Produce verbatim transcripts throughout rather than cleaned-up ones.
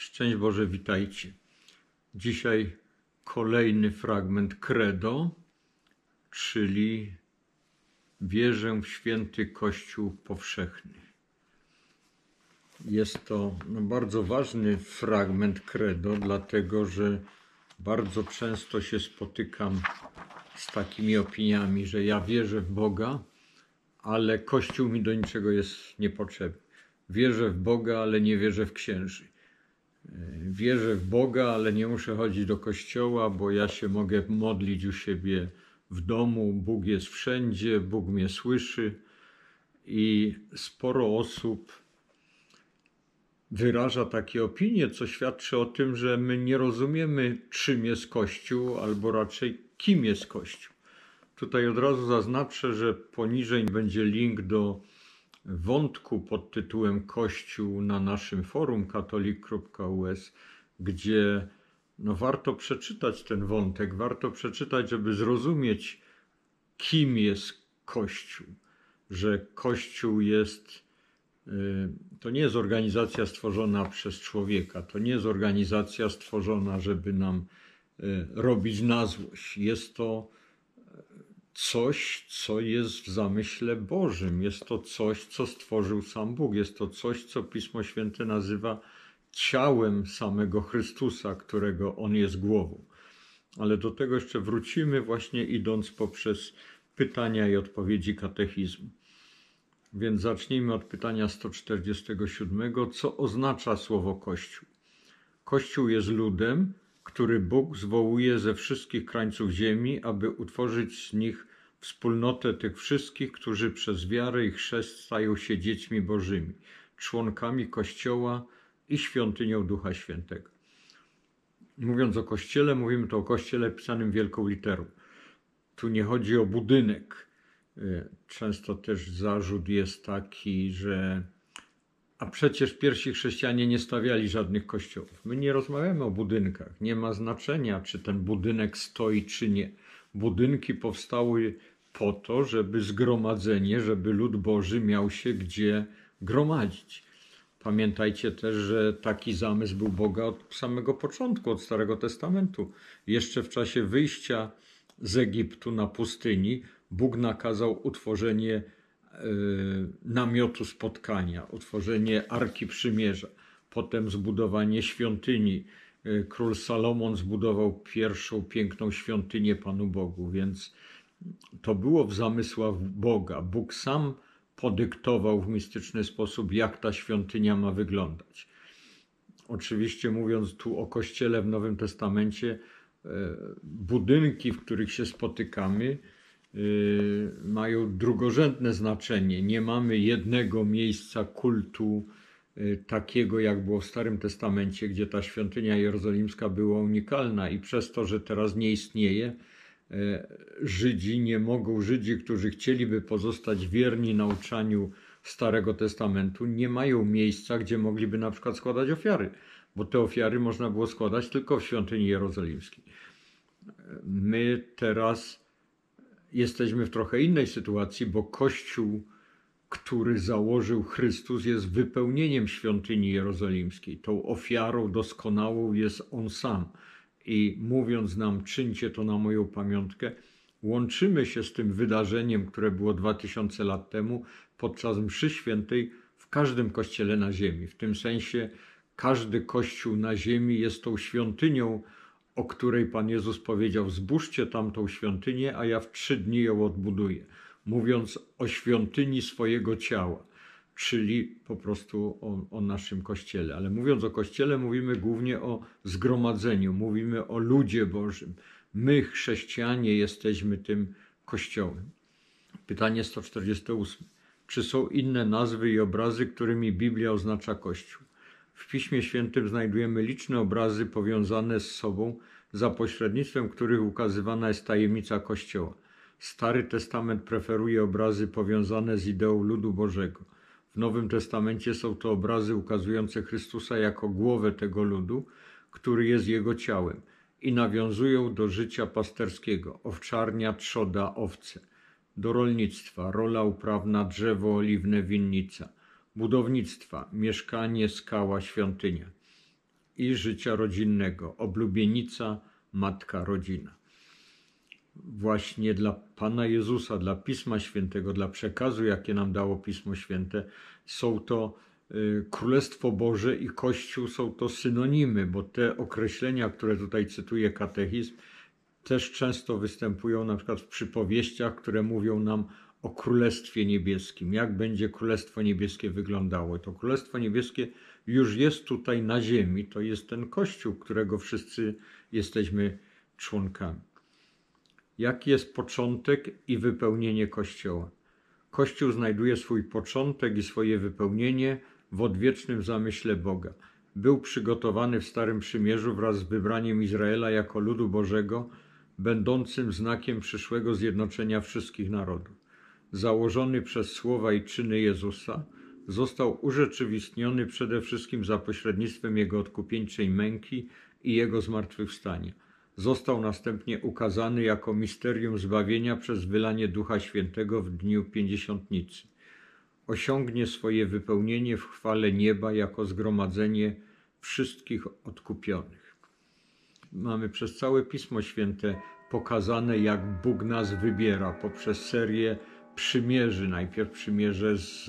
Szczęść Boże, witajcie. Dzisiaj kolejny fragment Credo, czyli wierzę w święty Kościół powszechny. Jest to no, bardzo ważny fragment Credo, dlatego że bardzo często się spotykam z takimi opiniami, że ja wierzę w Boga, ale Kościół mi do niczego jest niepotrzebny. Wierzę w Boga, ale nie wierzę w księży. Wierzę w Boga, ale nie muszę chodzić do kościoła, bo ja się mogę modlić u siebie w domu. Bóg jest wszędzie, Bóg mnie słyszy i sporo osób wyraża takie opinie, co świadczy o tym, że my nie rozumiemy, czym jest Kościół, albo raczej kim jest Kościół. Tutaj od razu zaznaczę, że poniżej będzie link do wątku pod tytułem Kościół na naszym forum katolik kropka u s, gdzie no, warto przeczytać ten wątek, warto przeczytać, żeby zrozumieć, kim jest Kościół. Że Kościół jest, to nie jest organizacja stworzona przez człowieka, to nie jest organizacja stworzona, żeby nam robić na złość. Jest to coś, co jest w zamyśle Bożym. Jest to coś, co stworzył sam Bóg. Jest to coś, co Pismo Święte nazywa ciałem samego Chrystusa, którego On jest głową. Ale do tego jeszcze wrócimy właśnie idąc poprzez pytania i odpowiedzi katechizmu. Więc zacznijmy od pytania sto czterdziestego siódmego. Co oznacza słowo Kościół? Kościół jest ludem, który Bóg zwołuje ze wszystkich krańców ziemi, aby utworzyć z nich wspólnotę tych wszystkich, którzy przez wiarę i chrzest stają się dziećmi Bożymi, członkami Kościoła i świątynią Ducha Świętego. Mówiąc o Kościele, mówimy to o Kościele pisanym wielką literą. Tu nie chodzi o budynek. Często też zarzut jest taki, że a przecież pierwsi chrześcijanie nie stawiali żadnych kościołów. My nie rozmawiamy o budynkach. Nie ma znaczenia, czy ten budynek stoi, czy nie. Budynki powstały po to, żeby zgromadzenie, żeby lud Boży miał się gdzie gromadzić. Pamiętajcie też, że taki zamysł był Boga od samego początku, od Starego Testamentu. Jeszcze w czasie wyjścia z Egiptu na pustyni Bóg nakazał utworzenie namiotu spotkania, utworzenie Arki Przymierza, potem zbudowanie świątyni. Król Salomon zbudował pierwszą piękną świątynię Panu Bogu, więc to było w zamysłach Boga. Bóg sam podyktował w mistyczny sposób, jak ta świątynia ma wyglądać. Oczywiście mówiąc tu o Kościele w Nowym Testamencie, budynki, w których się spotykamy, mają drugorzędne znaczenie. Nie mamy jednego miejsca kultu takiego, jak było w Starym Testamencie, gdzie ta świątynia jerozolimska była unikalna i przez to, że teraz nie istnieje, Żydzi nie mogą, Żydzi, którzy chcieliby pozostać wierni nauczaniu Starego Testamentu, nie mają miejsca, gdzie mogliby na przykład składać ofiary, bo te ofiary można było składać tylko w świątyni jerozolimskiej. My teraz jesteśmy w trochę innej sytuacji, bo Kościół, który założył Chrystus, jest wypełnieniem świątyni jerozolimskiej. Tą ofiarą doskonałą jest On sam. I mówiąc nam, czyńcie to na moją pamiątkę, łączymy się z tym wydarzeniem, które było dwa tysiące lat temu, podczas mszy świętej w każdym kościele na ziemi. W tym sensie każdy kościół na ziemi jest tą świątynią, o której Pan Jezus powiedział: zbóżcie tamtą świątynię, a ja w trzy dni ją odbuduję. Mówiąc o świątyni swojego ciała, czyli po prostu o, o naszym Kościele. Ale mówiąc o Kościele, mówimy głównie o zgromadzeniu, mówimy o ludzie Bożym. My, chrześcijanie, jesteśmy tym Kościołem. Pytanie sto czterdzieste ósme. Czy są inne nazwy i obrazy, którymi Biblia oznacza Kościół? W Piśmie Świętym znajdujemy liczne obrazy powiązane z sobą, za pośrednictwem których ukazywana jest tajemnica Kościoła. Stary Testament preferuje obrazy powiązane z ideą ludu Bożego. W Nowym Testamencie są to obrazy ukazujące Chrystusa jako głowę tego ludu, który jest Jego ciałem, i nawiązują do życia pasterskiego, owczarnia, trzoda, owce, do rolnictwa, rola uprawna, drzewo oliwne, winnica, budownictwa, mieszkanie, skała, świątynia. i życia rodzinnego. Oblubienica, matka, rodzina. Właśnie dla Pana Jezusa, dla Pisma Świętego, dla przekazu, jakie nam dało Pismo Święte, są to y, Królestwo Boże i Kościół są to synonimy, bo te określenia, które tutaj cytuje katechizm, też często występują na przykład w przypowieściach, które mówią nam o Królestwie Niebieskim. Jak będzie Królestwo Niebieskie wyglądało? To Królestwo Niebieskie już jest tutaj na ziemi. To jest ten Kościół, którego wszyscy jesteśmy członkami. Jaki jest początek i wypełnienie Kościoła? Kościół znajduje swój początek i swoje wypełnienie w odwiecznym zamyśle Boga. Był przygotowany w Starym Przymierzu wraz z wybraniem Izraela jako ludu Bożego, będącym znakiem przyszłego zjednoczenia wszystkich narodów. Założony przez słowa i czyny Jezusa, został urzeczywistniony przede wszystkim za pośrednictwem Jego odkupieńczej męki i Jego zmartwychwstania. Został następnie ukazany jako misterium zbawienia przez wylanie Ducha Świętego w dniu Pięćdziesiątnicy. Osiągnie swoje wypełnienie w chwale nieba jako zgromadzenie wszystkich odkupionych. Mamy przez całe Pismo Święte pokazane, jak Bóg nas wybiera poprzez serię przymierzy. Najpierw przymierze z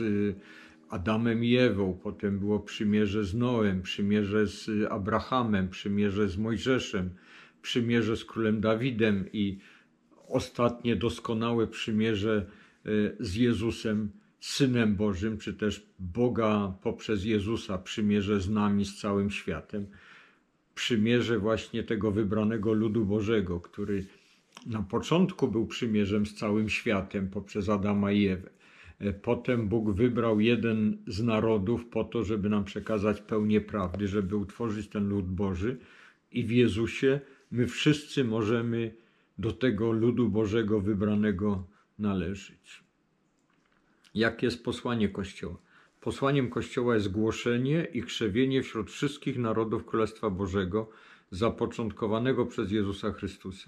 Adamem i Ewą, potem było przymierze z Noem, przymierze z Abrahamem, przymierze z Mojżeszem, przymierze z królem Dawidem i ostatnie doskonałe przymierze z Jezusem, Synem Bożym, czy też Boga poprzez Jezusa, przymierze z nami, z całym światem. Przymierze właśnie tego wybranego ludu Bożego, który na początku był przymierzem z całym światem poprzez Adama i Ewę. Potem Bóg wybrał jeden z narodów po to, żeby nam przekazać pełnię prawdy, żeby utworzyć ten lud Boży i w Jezusie my wszyscy możemy do tego ludu Bożego wybranego należeć. Jakie jest posłanie Kościoła? Posłaniem Kościoła jest głoszenie i krzewienie wśród wszystkich narodów Królestwa Bożego zapoczątkowanego przez Jezusa Chrystusa.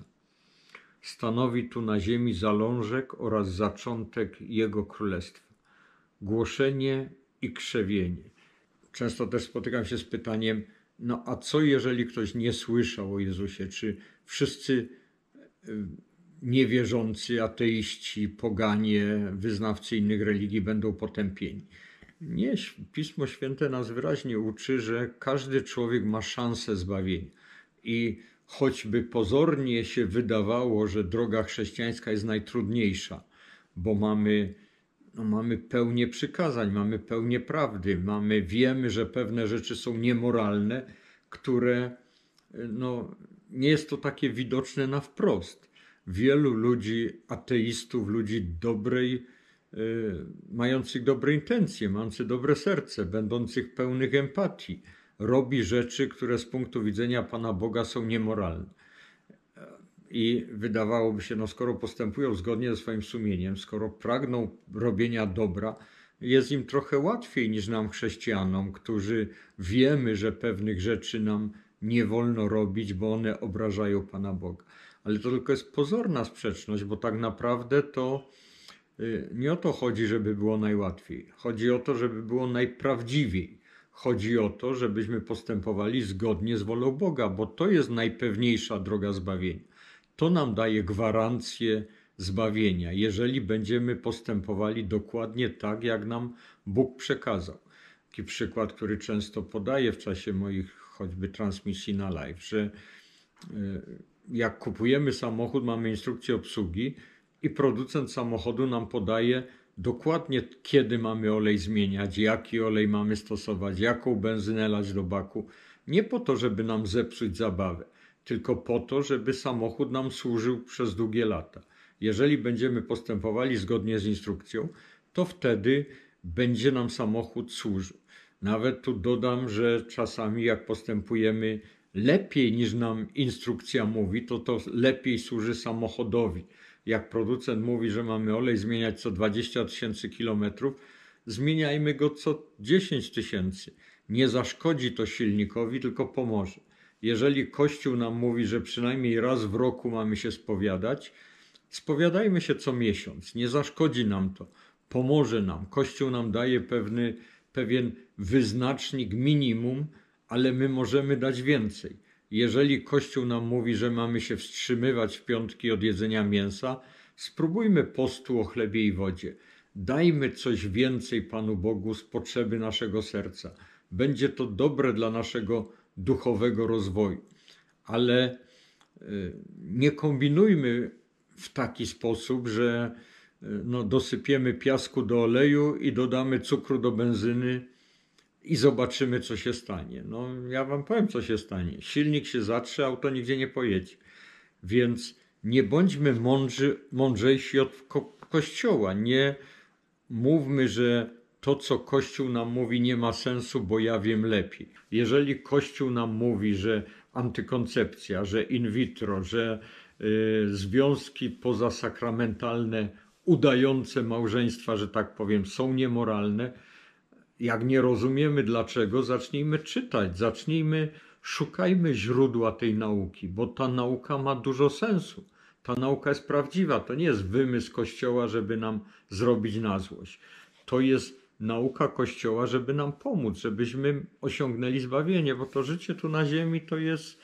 Stanowi tu na ziemi zalążek oraz zaczątek Jego Królestwa. Głoszenie i krzewienie. Często też spotykam się z pytaniem, no a co jeżeli ktoś nie słyszał o Jezusie? Czy wszyscy niewierzący, ateiści, poganie, wyznawcy innych religii będą potępieni? Nie, Pismo Święte nas wyraźnie uczy, że każdy człowiek ma szansę zbawienia. I choćby pozornie się wydawało, że droga chrześcijańska jest najtrudniejsza, bo mamy, no mamy pełnię przykazań, mamy pełnię prawdy, mamy, wiemy, że pewne rzeczy są niemoralne, które no, nie jest to takie widoczne na wprost. Wielu ludzi, ateistów, ludzi dobrej, y, mających dobre intencje, mających dobre serce, będących pełnych empatii, robi rzeczy, które z punktu widzenia Pana Boga są niemoralne. I wydawałoby się, no skoro postępują zgodnie ze swoim sumieniem, skoro pragną robienia dobra, jest im trochę łatwiej niż nam chrześcijanom, którzy wiemy, że pewnych rzeczy nam nie wolno robić, bo one obrażają Pana Boga. Ale to tylko jest pozorna sprzeczność, bo tak naprawdę to nie o to chodzi, żeby było najłatwiej. Chodzi o to, żeby było najprawdziwiej. Chodzi o to, żebyśmy postępowali zgodnie z wolą Boga, bo to jest najpewniejsza droga zbawienia. To nam daje gwarancję zbawienia, jeżeli będziemy postępowali dokładnie tak, jak nam Bóg przekazał. Taki przykład, który często podaję w czasie moich choćby transmisji na live, że jak kupujemy samochód, mamy instrukcję obsługi i producent samochodu nam podaje dokładnie, kiedy mamy olej zmieniać, jaki olej mamy stosować, jaką benzynę lać do baku. Nie po to, żeby nam zepsuć zabawę, tylko po to, żeby samochód nam służył przez długie lata. Jeżeli będziemy postępowali zgodnie z instrukcją, to wtedy będzie nam samochód służył. Nawet tu dodam, że czasami jak postępujemy lepiej niż nam instrukcja mówi, to to lepiej służy samochodowi. Jak producent mówi, że mamy olej zmieniać co dwadzieścia tysięcy kilometrów, zmieniajmy go co dziesięć tysięcy. Nie zaszkodzi to silnikowi, tylko pomoże. Jeżeli Kościół nam mówi, że przynajmniej raz w roku mamy się spowiadać, spowiadajmy się co miesiąc. Nie zaszkodzi nam to. Pomoże nam. Kościół nam daje pewny, pewien wyznacznik minimum, ale my możemy dać więcej. Jeżeli Kościół nam mówi, że mamy się wstrzymywać w piątki od jedzenia mięsa, spróbujmy postu o chlebie i wodzie. Dajmy coś więcej Panu Bogu z potrzeby naszego serca. Będzie to dobre dla naszego duchowego rozwoju. Ale nie kombinujmy w taki sposób, że no, dosypiemy piasku do oleju i dodamy cukru do benzyny i zobaczymy, co się stanie. No, ja wam powiem, co się stanie. Silnik się zatrze, auto nigdzie nie pojedzie. Więc nie bądźmy mądrzy, mądrzejsi od ko- Kościoła. Nie mówmy, że to, co Kościół nam mówi, nie ma sensu, bo ja wiem lepiej. Jeżeli Kościół nam mówi, że antykoncepcja, że in vitro, że y, związki pozasakramentalne udające małżeństwa, że tak powiem, są niemoralne, jak nie rozumiemy dlaczego, zacznijmy czytać, zacznijmy, szukajmy źródła tej nauki, bo ta nauka ma dużo sensu. Ta nauka jest prawdziwa, to nie jest wymysł Kościoła, żeby nam zrobić na złość. To jest nauka Kościoła, żeby nam pomóc, żebyśmy osiągnęli zbawienie, bo to życie tu na ziemi to jest,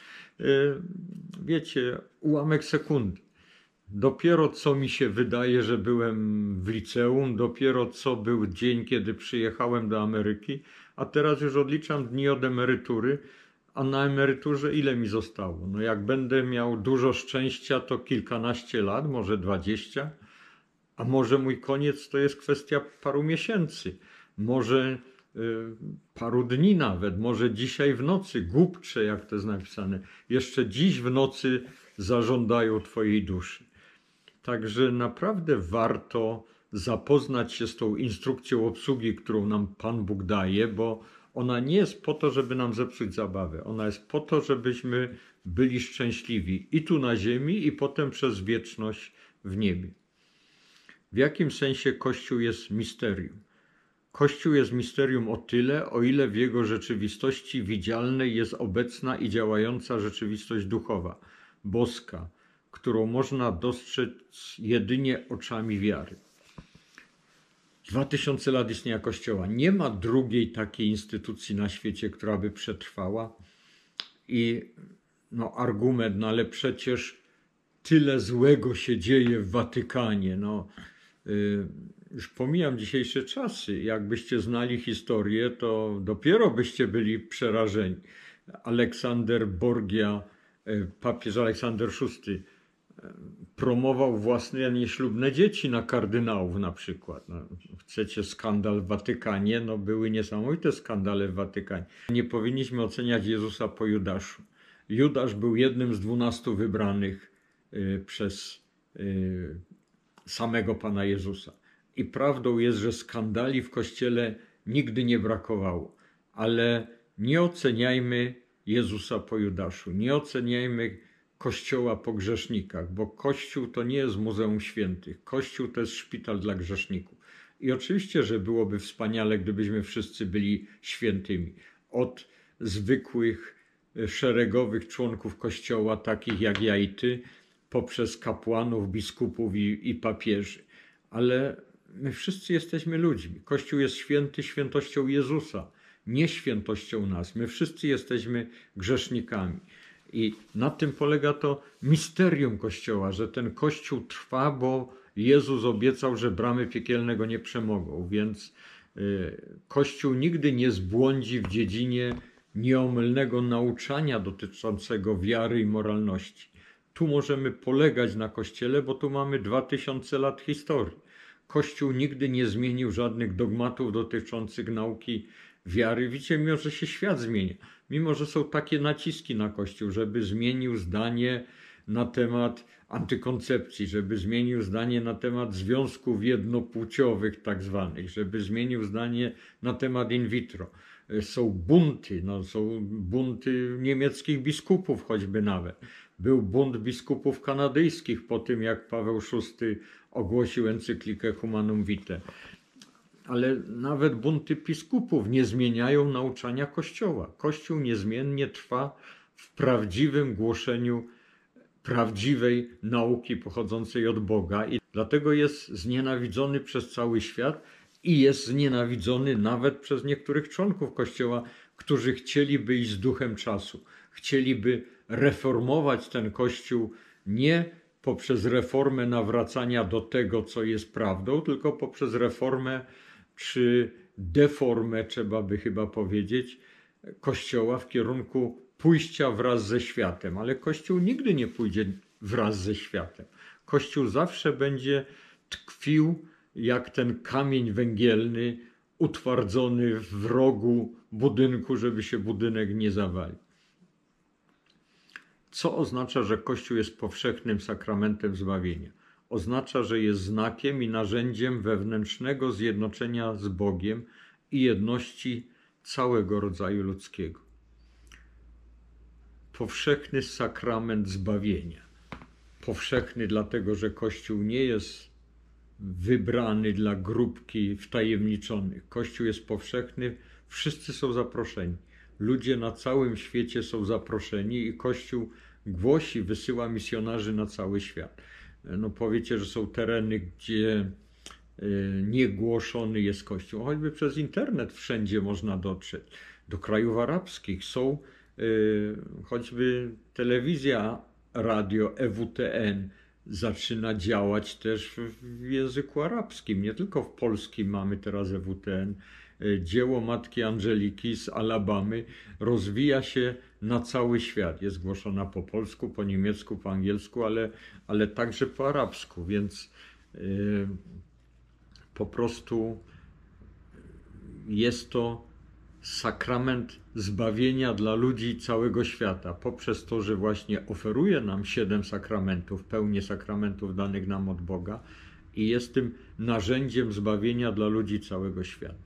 wiecie, ułamek sekundy. Dopiero co mi się wydaje, że byłem w liceum, dopiero co był dzień, kiedy przyjechałem do Ameryki, a teraz już odliczam dni od emerytury, a na emeryturze ile mi zostało? No jak będę miał dużo szczęścia, to kilkanaście lat, może dwadzieścia, a może mój koniec to jest kwestia paru miesięcy, może y, paru dni nawet, może dzisiaj w nocy, głupcze jak to jest napisane, jeszcze dziś w nocy zażądają twojej duszy. Także naprawdę warto zapoznać się z tą instrukcją obsługi, którą nam Pan Bóg daje, bo ona nie jest po to, żeby nam zepsuć zabawę. Ona jest po to, żebyśmy byli szczęśliwi i tu na ziemi, i potem przez wieczność w niebie. W jakim sensie Kościół jest misterium? Kościół jest misterium o tyle, o ile w jego rzeczywistości widzialnej jest obecna i działająca rzeczywistość duchowa, boska, którą można dostrzec jedynie oczami wiary. Dwa tysiące lat istnienia Kościoła. Nie ma drugiej takiej instytucji na świecie, która by przetrwała. I no, argument, no ale przecież tyle złego się dzieje w Watykanie. No, yy, już pomijam dzisiejsze czasy. Jakbyście znali historię, to dopiero byście byli przerażeni. Aleksander Borgia, yy, papież Aleksander szósty, promował własne nieślubne dzieci na kardynałów na przykład. No, chcecie skandal w Watykanie? No były niesamowite skandale w Watykanie. Nie powinniśmy oceniać Jezusa po Judaszu. Judasz był jednym z dwunastu wybranych y, przez y, samego Pana Jezusa. I prawdą jest, że skandali w Kościele nigdy nie brakowało. Ale nie oceniajmy Jezusa po Judaszu. Nie oceniajmy Kościoła po grzesznikach, bo Kościół to nie jest Muzeum Świętych. Kościół to jest szpital dla grzeszników. I oczywiście, że byłoby wspaniale, gdybyśmy wszyscy byli świętymi. Od zwykłych, szeregowych członków Kościoła, takich jak ja i ty, poprzez kapłanów, biskupów i, i papieży. Ale my wszyscy jesteśmy ludźmi. Kościół jest święty świętością Jezusa, nie świętością nas. My wszyscy jesteśmy grzesznikami. I na tym polega to misterium Kościoła, że ten Kościół trwa, bo Jezus obiecał, że bramy piekielne go nie przemogą. Więc Kościół nigdy nie zbłądzi w dziedzinie nieomylnego nauczania dotyczącego wiary i moralności. Tu możemy polegać na Kościele, bo tu mamy dwa tysiące lat historii. Kościół nigdy nie zmienił żadnych dogmatów dotyczących nauki wiary. Widzicie, mimo że się świat zmienia, mimo że są takie naciski na Kościół, żeby zmienił zdanie na temat antykoncepcji, żeby zmienił zdanie na temat związków jednopłciowych tak zwanych, żeby zmienił zdanie na temat in vitro. Są bunty, no, są bunty niemieckich biskupów choćby nawet. Był bunt biskupów kanadyjskich po tym, jak Paweł szósty ogłosił encyklikę Humanum Vitae. Ale nawet bunty biskupów nie zmieniają nauczania Kościoła. Kościół niezmiennie trwa w prawdziwym głoszeniu prawdziwej nauki pochodzącej od Boga i dlatego jest znienawidzony przez cały świat i jest znienawidzony nawet przez niektórych członków Kościoła, którzy chcieliby iść z duchem czasu, chcieliby reformować ten Kościół nie poprzez reformę nawracania do tego, co jest prawdą, tylko poprzez reformę czy deformę, trzeba by chyba powiedzieć, Kościoła w kierunku pójścia wraz ze światem. Ale Kościół nigdy nie pójdzie wraz ze światem. Kościół zawsze będzie tkwił jak ten kamień węgielny utwardzony w rogu budynku, żeby się budynek nie zawalił. Co oznacza, że Kościół jest powszechnym sakramentem zbawienia? Oznacza, że jest znakiem i narzędziem wewnętrznego zjednoczenia z Bogiem i jedności całego rodzaju ludzkiego. Powszechny sakrament zbawienia. Powszechny dlatego, że Kościół nie jest wybrany dla grupki wtajemniczonych. Kościół jest powszechny, wszyscy są zaproszeni. Ludzie na całym świecie są zaproszeni i Kościół głosi, wysyła misjonarzy na cały świat. No powiecie, że są tereny, gdzie niegłoszony jest Kościół. Choćby przez internet wszędzie można dotrzeć. Do krajów arabskich są choćby telewizja, radio E W T N zaczyna działać też w języku arabskim. Nie tylko w polskim mamy teraz E W T N. Dzieło Matki Angeliki z Alabamy rozwija się na cały świat. Jest głoszona po polsku, po niemiecku, po angielsku, ale, ale także po arabsku, więc yy, po prostu jest to sakrament zbawienia dla ludzi całego świata, poprzez to, że właśnie oferuje nam siedem sakramentów, pełnię sakramentów danych nam od Boga i jest tym narzędziem zbawienia dla ludzi całego świata.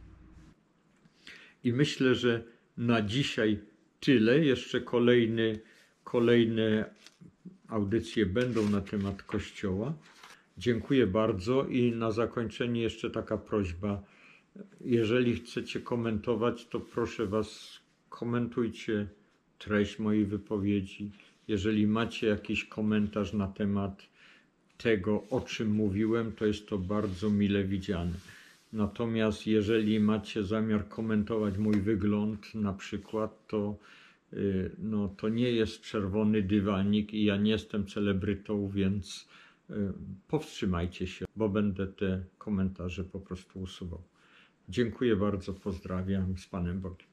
I myślę, że na dzisiaj tyle. Jeszcze kolejny, kolejne audycje będą na temat Kościoła. Dziękuję bardzo i na zakończenie jeszcze taka prośba. Jeżeli chcecie komentować, to proszę Was, komentujcie treść mojej wypowiedzi. Jeżeli macie jakiś komentarz na temat tego, o czym mówiłem, to jest to bardzo mile widziane. Natomiast jeżeli macie zamiar komentować mój wygląd na przykład, to, no, to nie jest czerwony dywanik i ja nie jestem celebrytą, więc powstrzymajcie się, bo będę te komentarze po prostu usuwał. Dziękuję bardzo, pozdrawiam, z Panem Bogiem.